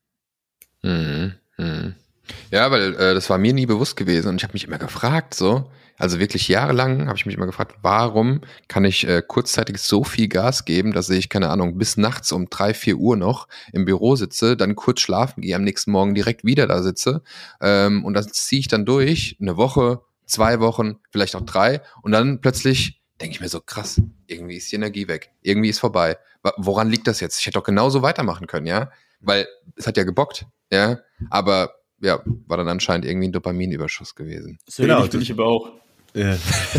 Ja, weil das war mir nie bewusst gewesen und ich habe mich immer gefragt, also wirklich jahrelang habe ich mich immer gefragt, warum kann ich kurzzeitig so viel Gas geben, dass ich, keine Ahnung, bis nachts um 3, 4 Uhr noch im Büro sitze, dann kurz schlafen gehe, am nächsten Morgen direkt wieder da sitze und das ziehe ich dann durch, 1 Woche, 2 Wochen, vielleicht auch 3 und dann plötzlich denke ich mir so, krass, irgendwie ist die Energie weg, irgendwie ist vorbei. Woran liegt das jetzt? Ich hätte doch genauso weitermachen können, ja, weil es hat ja gebockt, ja, aber ja, war dann anscheinend irgendwie ein Dopaminüberschuss gewesen. So genau, bin ich aber auch. Ja.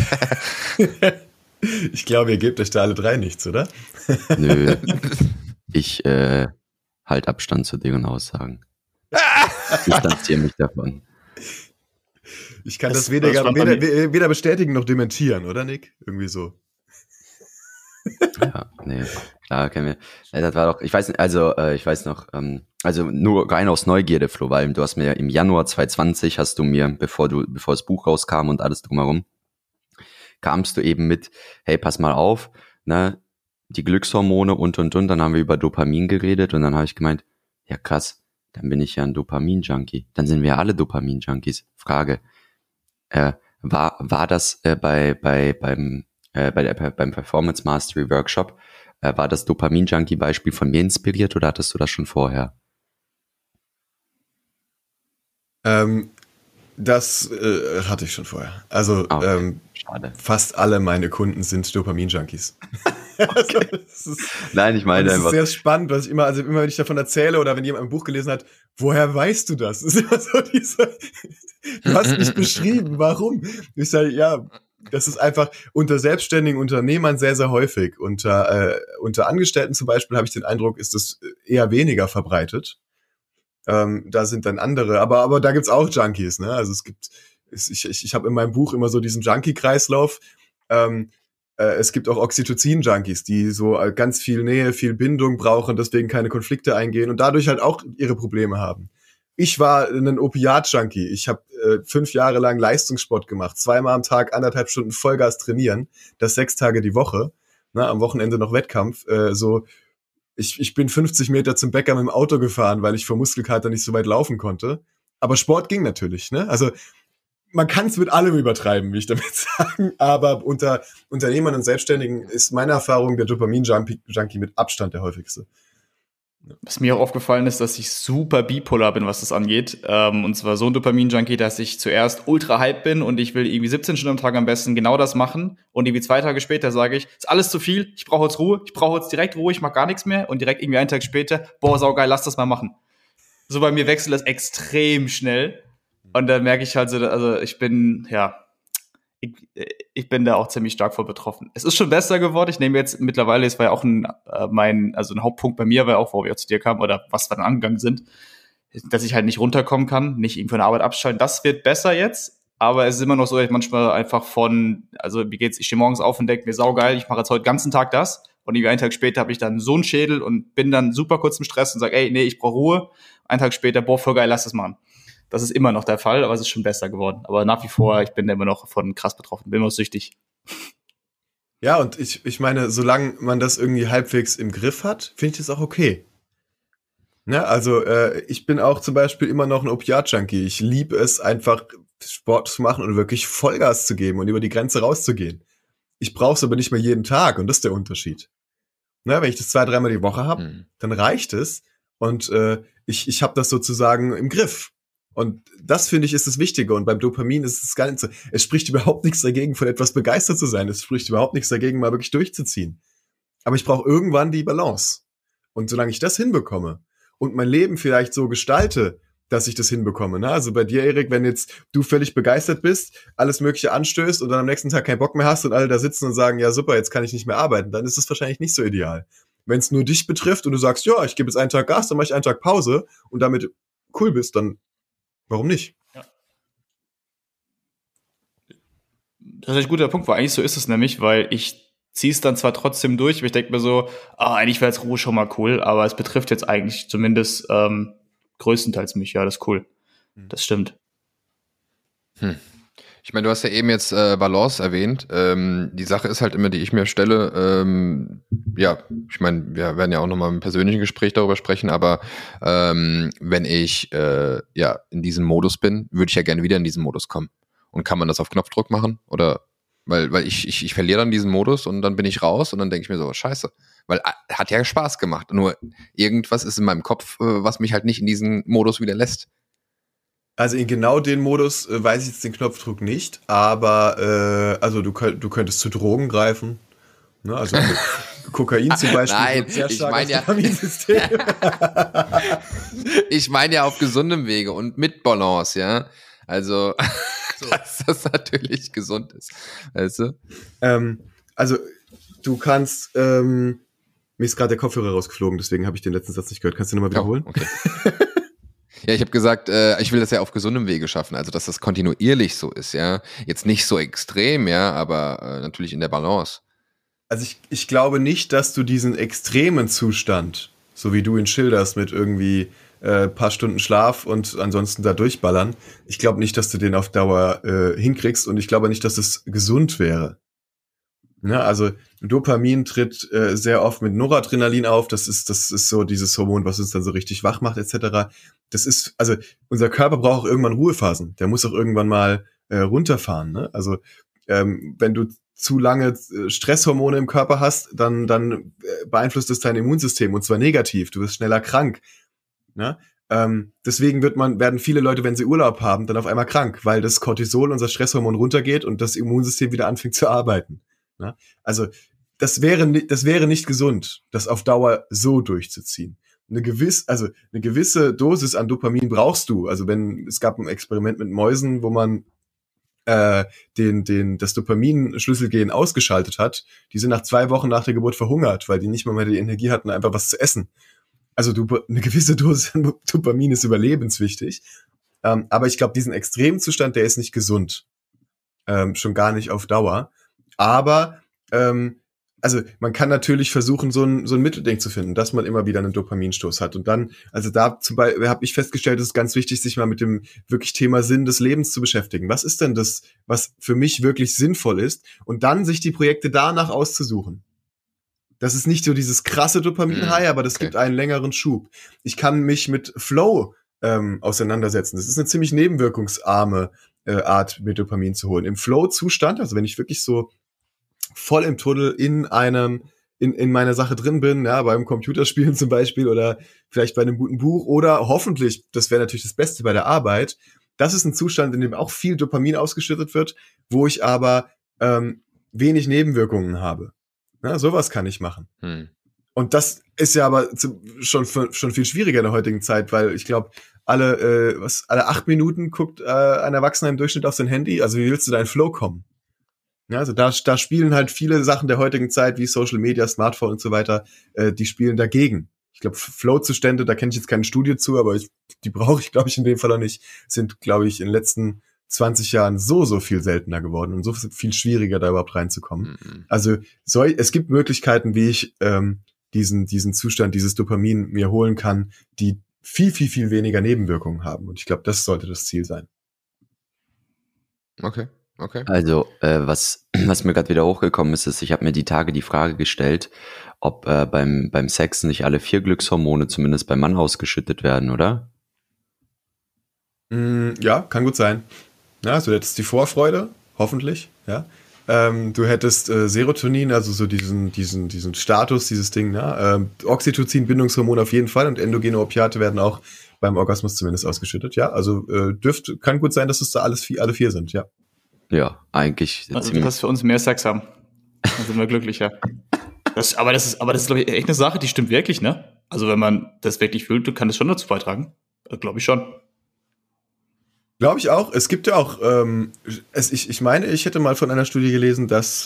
Ich glaube, ihr gebt euch da alle 3 nichts, oder? Nö. Ich halt Abstand zu deren Aussagen. Ich distanziere mich davon. Ich kann das weder bestätigen noch dementieren, oder Nick? Irgendwie so. Ja, nee, klar, kennen wir. Das war doch, ich weiß noch, also nur rein aus Neugierde, Flo, weil du hast mir im Januar 2020 hast du mir, bevor das Buch rauskam und alles drumherum, kamst du eben mit, hey, pass mal auf, ne, die Glückshormone und, dann haben wir über Dopamin geredet und dann habe ich gemeint, ja krass, dann bin ich ja ein Dopamin-Junkie. Dann sind wir alle Dopamin-Junkies. Frage, war das beim Performance Mastery Workshop, war das Dopamin-Junkie-Beispiel von mir inspiriert oder hattest du das schon vorher? Das hatte ich schon vorher. Also fast alle meine Kunden sind Dopamin-Junkies. Okay. Nein, ich meine das einfach. ist sehr spannend, was ich immer wenn ich davon erzähle oder wenn jemand ein Buch gelesen hat, woher weißt du das? Das ist immer so du hast mich beschrieben, warum? Ich sage, ja, das ist einfach unter selbstständigen Unternehmern sehr, sehr häufig. Unter Angestellten zum Beispiel habe ich den Eindruck, ist das eher weniger verbreitet. Da sind dann andere, aber da gibt's auch Junkies, ne? Also ich habe in meinem Buch immer so diesen Junkie-Kreislauf. Es gibt auch Oxytocin-Junkies, die so ganz viel Nähe, viel Bindung brauchen, deswegen keine Konflikte eingehen und dadurch halt auch ihre Probleme haben. Ich war ein Opiat-Junkie. Ich habe 5 Jahre lang Leistungssport gemacht, 2-mal am Tag 1,5 Stunden Vollgas trainieren, das 6 Tage die Woche, ne, am Wochenende noch Wettkampf. Ich bin 50 Meter zum Bäcker mit dem Auto gefahren, weil ich vor Muskelkater nicht so weit laufen konnte. Aber Sport ging natürlich, ne? Also man kann es mit allem übertreiben, will ich damit sagen. Aber unter Unternehmern und Selbstständigen ist meine Erfahrung der Dopamin-Junkie mit Abstand der häufigste. Was mir auch aufgefallen ist, dass ich super bipolar bin, was das angeht. Und zwar so ein Dopamin-Junkie, dass ich zuerst ultra hype bin und ich will irgendwie 17 Stunden am Tag am besten genau das machen. Und irgendwie 2 Tage später sage ich, ist alles zu viel, ich brauche jetzt Ruhe, ich brauche jetzt direkt Ruhe, ich mag gar nichts mehr. Und direkt irgendwie einen Tag später, boah, saugeil, lass das mal machen. So bei mir wechselt das extrem schnell. Und dann merke ich halt so, also ich bin da auch ziemlich stark vor betroffen. Es ist schon besser geworden. Ich nehme jetzt mittlerweile, es war ja auch ein Hauptpunkt bei mir, war auch, wo wir zu dir kamen oder was wir dann angegangen sind, dass ich halt nicht runterkommen kann, nicht irgendwie von der Arbeit abschalten. Das wird besser jetzt, aber es ist immer noch so, dass ich manchmal einfach ich stehe morgens auf und denke mir, saugeil, ich mache jetzt heute den ganzen Tag das. Und irgendwie einen Tag später habe ich dann so einen Schädel und bin dann super kurz im Stress und sage, ey, nee, ich brauche Ruhe. Einen Tag später, boah, voll geil, lass das machen. Das ist immer noch der Fall, aber es ist schon besser geworden. Aber nach wie vor, ich bin immer noch von krass betroffen, bin immer noch süchtig. Ja, und ich meine, solange man das irgendwie halbwegs im Griff hat, finde ich das auch okay. Ne? Also ich bin auch zum Beispiel immer noch ein Opiat-Junkie. Ich liebe es einfach, Sport zu machen und wirklich Vollgas zu geben und über die Grenze rauszugehen. Ich brauche es aber nicht mehr jeden Tag und das ist der Unterschied. Ne? Wenn ich das 2-3 Mal die Woche habe, dann reicht es und ich habe das sozusagen im Griff. Und das, finde ich, ist das Wichtige. Und beim Dopamin ist es gar nicht so. Es spricht überhaupt nichts dagegen, von etwas begeistert zu sein. Es spricht überhaupt nichts dagegen, mal wirklich durchzuziehen. Aber ich brauche irgendwann die Balance. Und solange ich das hinbekomme und mein Leben vielleicht so gestalte, dass ich das hinbekomme. Ne? Also bei dir, Erik, wenn jetzt du völlig begeistert bist, alles Mögliche anstößt und dann am nächsten Tag keinen Bock mehr hast und alle da sitzen und sagen, ja super, jetzt kann ich nicht mehr arbeiten, dann ist es wahrscheinlich nicht so ideal. Wenn es nur dich betrifft und du sagst, ja, ich gebe jetzt einen Tag Gas, dann mache ich einen Tag Pause und damit cool bist, dann warum nicht? Ja. Das ist ein guter Punkt, weil eigentlich so ist es nämlich, weil ich ziehe es dann zwar trotzdem durch, aber ich denke mir so, eigentlich wäre jetzt Ruhe schon mal cool, aber es betrifft jetzt eigentlich zumindest größtenteils mich, ja, das ist cool. Das stimmt. Ich meine, du hast ja eben jetzt Balance erwähnt. Die Sache ist halt immer, die ich mir stelle, ich meine, wir werden ja auch nochmal im persönlichen Gespräch darüber sprechen, aber wenn ich in diesem Modus bin, würde ich ja gerne wieder in diesen Modus kommen. Und kann man das auf Knopfdruck machen? Oder weil ich verliere dann diesen Modus und dann bin ich raus und dann denke ich mir so, scheiße. Weil hat ja Spaß gemacht. Nur irgendwas ist in meinem Kopf, was mich halt nicht in diesen Modus wieder lässt. Also in genau den Modus weiß ich jetzt den Knopfdruck nicht, aber also du könntest zu Drogen greifen. Ne? Also Kokain zum Beispiel. Nein, sehr ich stark meine Dopaminsystem. Ich meine ja auf gesundem Wege und mit Balance, ja. Also, dass das natürlich gesund ist, weißt du? Also du kannst, mir ist gerade der Kopfhörer rausgeflogen, deswegen habe ich den letzten Satz nicht gehört. Kannst du nochmal wiederholen? Oh, okay. Ja, ich habe gesagt, ich will das ja auf gesundem Wege schaffen, also dass das kontinuierlich so ist, ja. Jetzt nicht so extrem, ja, aber natürlich in der Balance. Also ich glaube nicht, dass du diesen extremen Zustand, so wie du ihn schilderst, mit irgendwie paar Stunden Schlaf und ansonsten da durchballern, ich glaube nicht, dass du den auf Dauer hinkriegst und ich glaube nicht, dass es gesund wäre. Ja, also Dopamin tritt sehr oft mit Noradrenalin auf, das ist so dieses Hormon, was uns dann so richtig wach macht etc. Das ist, also unser Körper braucht auch irgendwann Ruhephasen, der muss auch irgendwann mal runterfahren. Ne? Also wenn du zu lange Stresshormone im Körper hast, dann beeinflusst es dein Immunsystem und zwar negativ, du wirst schneller krank. Ne? Deswegen werden viele Leute, wenn sie Urlaub haben, dann auf einmal krank, weil das Cortisol, unser Stresshormon, runtergeht und das Immunsystem wieder anfängt zu arbeiten. Ne? Also das wäre nicht gesund, das auf Dauer so durchzuziehen. Eine gewisse Dosis an Dopamin brauchst du. Also es gab ein Experiment mit Mäusen, wo man das Dopamin-Schlüsselgen ausgeschaltet hat. Die sind nach 2 Wochen nach der Geburt verhungert, weil die nicht mal mehr die Energie hatten, einfach was zu essen. Also eine gewisse Dosis an Dopamin ist überlebenswichtig. Aber ich glaube, diesen Extremzustand, der ist nicht gesund. Schon gar nicht auf Dauer. Aber also man kann natürlich versuchen, so ein Mittelding zu finden, dass man immer wieder einen Dopaminstoß hat. Und dann, also da zum Beispiel habe ich festgestellt, es ist ganz wichtig, sich mal mit dem wirklich Thema Sinn des Lebens zu beschäftigen. Was ist denn das, was für mich wirklich sinnvoll ist? Und dann sich die Projekte danach auszusuchen. Das ist nicht so dieses krasse Dopamin-High, aber das gibt einen längeren Schub. Ich kann mich mit Flow auseinandersetzen. Das ist eine ziemlich nebenwirkungsarme Art, mit Dopamin zu holen. Im Flow-Zustand, also wenn ich wirklich so voll im Tunnel in meiner Sache drin bin, ja, beim Computerspielen zum Beispiel oder vielleicht bei einem guten Buch oder hoffentlich, das wäre natürlich das Beste bei der Arbeit, das ist ein Zustand, in dem auch viel Dopamin ausgeschüttet wird, wo ich aber wenig Nebenwirkungen habe. Ja, sowas kann ich machen. Und das ist ja aber schon viel schwieriger in der heutigen Zeit, weil ich glaube, alle 8 Minuten guckt ein Erwachsener im Durchschnitt auf sein Handy. Also wie willst du da in Flow kommen? Ja, also da spielen halt viele Sachen der heutigen Zeit, wie Social Media, Smartphone und so weiter, die spielen dagegen. Ich glaube, Flow-Zustände, da kenne ich jetzt keine Studie zu, aber die brauche ich, glaube ich, in dem Fall auch nicht, sind, glaube ich, in den letzten 20 Jahren so viel seltener geworden und so viel schwieriger, da überhaupt reinzukommen. Also es gibt Möglichkeiten, wie ich diesen Zustand, dieses Dopamin mir holen kann, die viel, viel, viel weniger Nebenwirkungen haben. Und ich glaube, das sollte das Ziel sein. Okay. Also, was mir gerade wieder hochgekommen ist, ich habe mir die Tage die Frage gestellt, ob beim Sex nicht alle 4 Glückshormone zumindest beim Mann ausgeschüttet werden, oder? Ja, kann gut sein. Ja, also du hättest die Vorfreude, hoffentlich, ja. Du hättest Serotonin, also so diesen Status, dieses Ding, ne? Oxytocin, Bindungshormon auf jeden Fall und endogene Opiate werden auch beim Orgasmus zumindest ausgeschüttet, ja. Also kann gut sein, dass es da alle 4 sind, ja. Ja, eigentlich Also du ziemlich. kannst für uns mehr Sex haben. Dann sind wir glücklicher. Aber das ist, glaube ich, echt eine Sache, die stimmt wirklich, ne? Also wenn man das wirklich fühlt, kann das schon dazu beitragen. Glaube ich schon. Glaube ich auch. Es gibt ja auch, ich meine, ich hätte mal von einer Studie gelesen, dass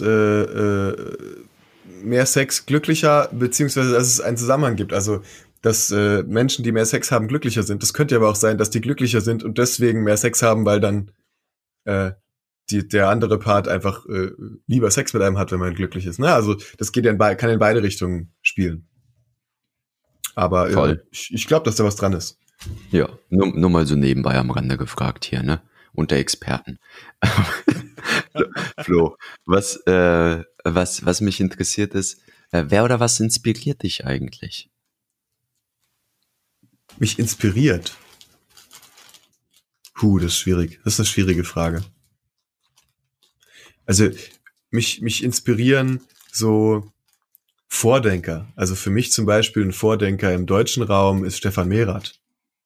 mehr Sex glücklicher, beziehungsweise dass es einen Zusammenhang gibt. Also, dass Menschen, die mehr Sex haben, glücklicher sind. Das könnte aber auch sein, dass die glücklicher sind und deswegen mehr Sex haben, weil dann der andere Part einfach lieber Sex mit einem hat, wenn man glücklich ist. Ne? Also das geht kann in beide Richtungen spielen. Aber ich glaube, dass da was dran ist. Ja, nur mal so nebenbei am Rande gefragt hier, ne? Unter Experten. Flo, was mich interessiert ist, wer oder was inspiriert dich eigentlich? Mich inspiriert? Das ist schwierig. Das ist eine schwierige Frage. Also mich inspirieren so Vordenker. Also für mich zum Beispiel ein Vordenker im deutschen Raum ist Stefan Mehrath.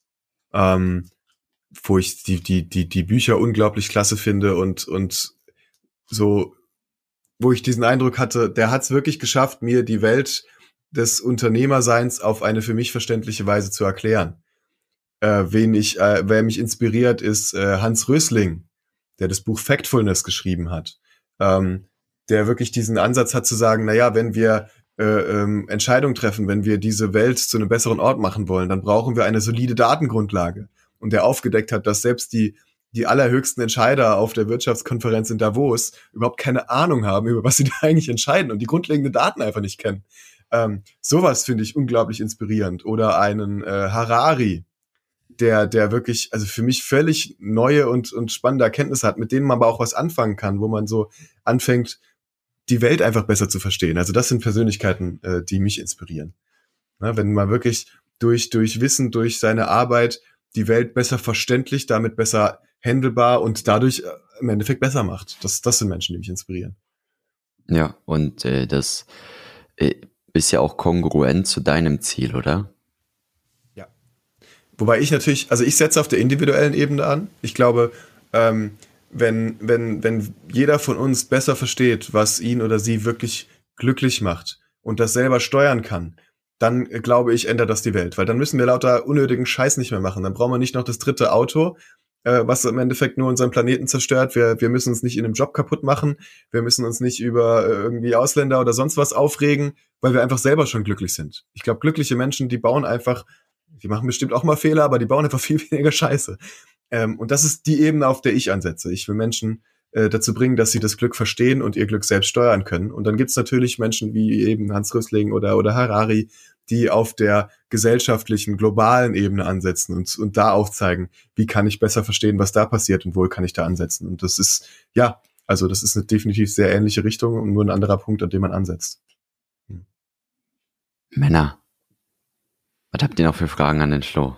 Wo ich die Bücher unglaublich klasse finde und so, wo ich diesen Eindruck hatte, der hat es wirklich geschafft, mir die Welt des Unternehmerseins auf eine für mich verständliche Weise zu erklären. Wer mich inspiriert, ist Hans Rösling, der das Buch Factfulness geschrieben hat. Der wirklich diesen Ansatz hat zu sagen, naja, wenn wir Entscheidungen treffen, wenn wir diese Welt zu einem besseren Ort machen wollen, dann brauchen wir eine solide Datengrundlage. Und der aufgedeckt hat, dass selbst die allerhöchsten Entscheider auf der Wirtschaftskonferenz in Davos überhaupt keine Ahnung haben, über was sie da eigentlich entscheiden und die grundlegenden Daten einfach nicht kennen. Sowas finde ich unglaublich inspirierend. Oder einen Harari, der wirklich, also für mich völlig neue und spannende Erkenntnisse hat, mit denen man aber auch was anfangen kann, wo man so anfängt, die Welt einfach besser zu verstehen. Also das sind Persönlichkeiten, die mich inspirieren. Na, wenn man wirklich durch Wissen, durch seine Arbeit die Welt besser verständlich, damit besser handelbar und dadurch im Endeffekt besser macht. Das sind Menschen, die mich inspirieren. Ja, und das ist ja auch kongruent zu deinem Ziel, oder? Ja. Wobei ich natürlich, also ich setze auf der individuellen Ebene an. Ich glaube, wenn jeder von uns besser versteht, was ihn oder sie wirklich glücklich macht und das selber steuern kann, dann glaube ich, ändert das die Welt. Weil dann müssen wir lauter unnötigen Scheiß nicht mehr machen. Dann brauchen wir nicht noch das 3. Auto, was im Endeffekt nur unseren Planeten zerstört. Wir müssen uns nicht in einem Job kaputt machen. Wir müssen uns nicht über irgendwie Ausländer oder sonst was aufregen, weil wir einfach selber schon glücklich sind. Ich glaube, glückliche Menschen, die machen bestimmt auch mal Fehler, aber die bauen einfach viel weniger Scheiße. Und das ist die Ebene, auf der ich ansetze. Ich will Menschen dazu bringen, dass sie das Glück verstehen und ihr Glück selbst steuern können. Und dann gibt's natürlich Menschen wie eben Hans Rösling oder Harari, die auf der gesellschaftlichen, globalen Ebene ansetzen und da aufzeigen, wie kann ich besser verstehen, was da passiert und wo kann ich da ansetzen. Und das ist, das ist eine definitiv sehr ähnliche Richtung und nur ein anderer Punkt, an dem man ansetzt. Männer, was habt ihr noch für Fragen an den Flo?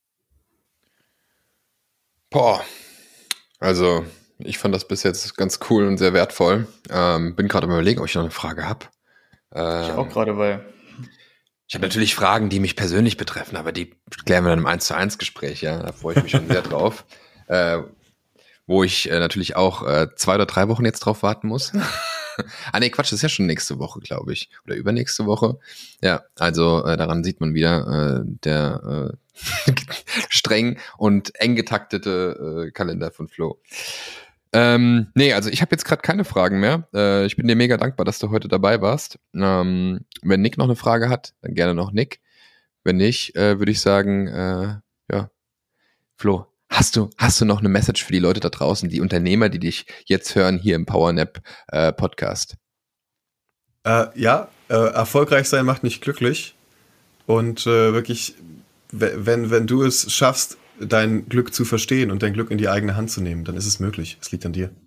Also ich fand das bis jetzt ganz cool und sehr wertvoll. Bin gerade am Überlegen, ob ich noch eine Frage habe. Ich auch gerade, weil ich habe natürlich Fragen, die mich persönlich betreffen, aber die klären wir dann im 1:1 Gespräch, ja. Da freue ich mich schon sehr drauf. Wo ich natürlich auch 2 oder 3 Wochen jetzt drauf warten muss. Nee, Quatsch, das ist ja schon nächste Woche, glaube ich. Oder übernächste Woche. Ja, also daran sieht man wieder der streng und eng getaktete Kalender von Flo. Nee, also ich habe jetzt gerade keine Fragen mehr. Ich bin dir mega dankbar, dass du heute dabei warst. Wenn Nick noch eine Frage hat, dann gerne noch Nick. Wenn nicht, würde ich sagen, Flo, hast du noch eine Message für die Leute da draußen, die Unternehmer, die dich jetzt hören hier im PowerNap Podcast? Erfolgreich sein macht nicht glücklich und wirklich wenn du es schaffst, dein Glück zu verstehen und dein Glück in die eigene Hand zu nehmen, dann ist es möglich. Es liegt an dir.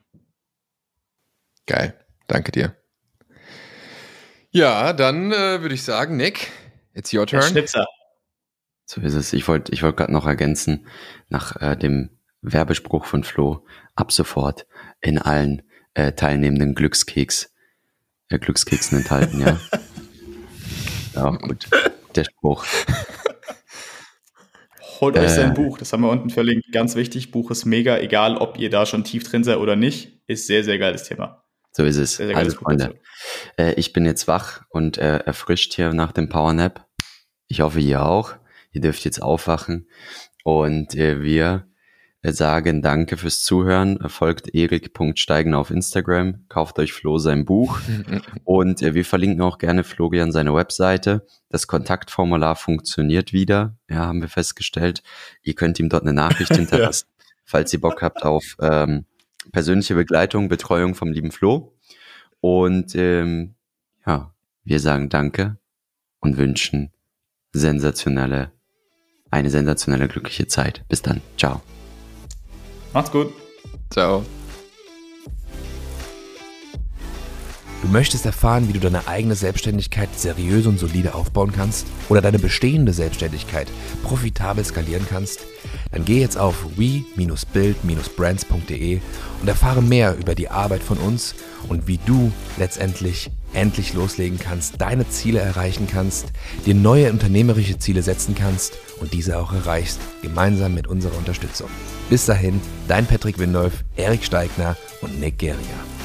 Geil. Danke dir. Ja, dann würde ich sagen, Nick, it's your Der turn. Schnitzer. So ist es. Ich wollte gerade noch ergänzen, nach dem Werbespruch von Flo, ab sofort in allen teilnehmenden Glückskeksen enthalten, ja. Ja, gut. Der Spruch. Holt euch sein Buch, das haben wir unten verlinkt. Ganz wichtig, Buch ist mega, egal ob ihr da schon tief drin seid oder nicht. Ist sehr, sehr geiles Thema. So ist es. Sehr, sehr Also geiles Buch Freunde, dazu. ich bin jetzt wach und erfrischt hier nach dem Powernap. Ich hoffe, ihr auch. Ihr dürft jetzt aufwachen. Und wir sagen danke fürs Zuhören. Folgt erik.steigen auf Instagram. Kauft euch Flo sein Buch. Und wir verlinken auch gerne Florian seine Webseite. Das Kontaktformular funktioniert wieder. Ja, haben wir festgestellt. Ihr könnt ihm dort eine Nachricht hinterlassen, falls ihr Bock habt auf persönliche Begleitung, Betreuung vom lieben Flo. Und ja, wir sagen danke und wünschen eine sensationelle, glückliche Zeit. Bis dann. Ciao. Macht's gut. Ciao. Du möchtest erfahren, wie du deine eigene Selbstständigkeit seriös und solide aufbauen kannst oder deine bestehende Selbstständigkeit profitabel skalieren kannst? Dann geh jetzt auf we-build-brands.de und erfahre mehr über die Arbeit von uns und wie du letztendlich endlich loslegen kannst, deine Ziele erreichen kannst, dir neue unternehmerische Ziele setzen kannst und diese auch erreichst, gemeinsam mit unserer Unterstützung. Bis dahin, dein Patrick Windolf, Erik Steigner und Nick Geringer.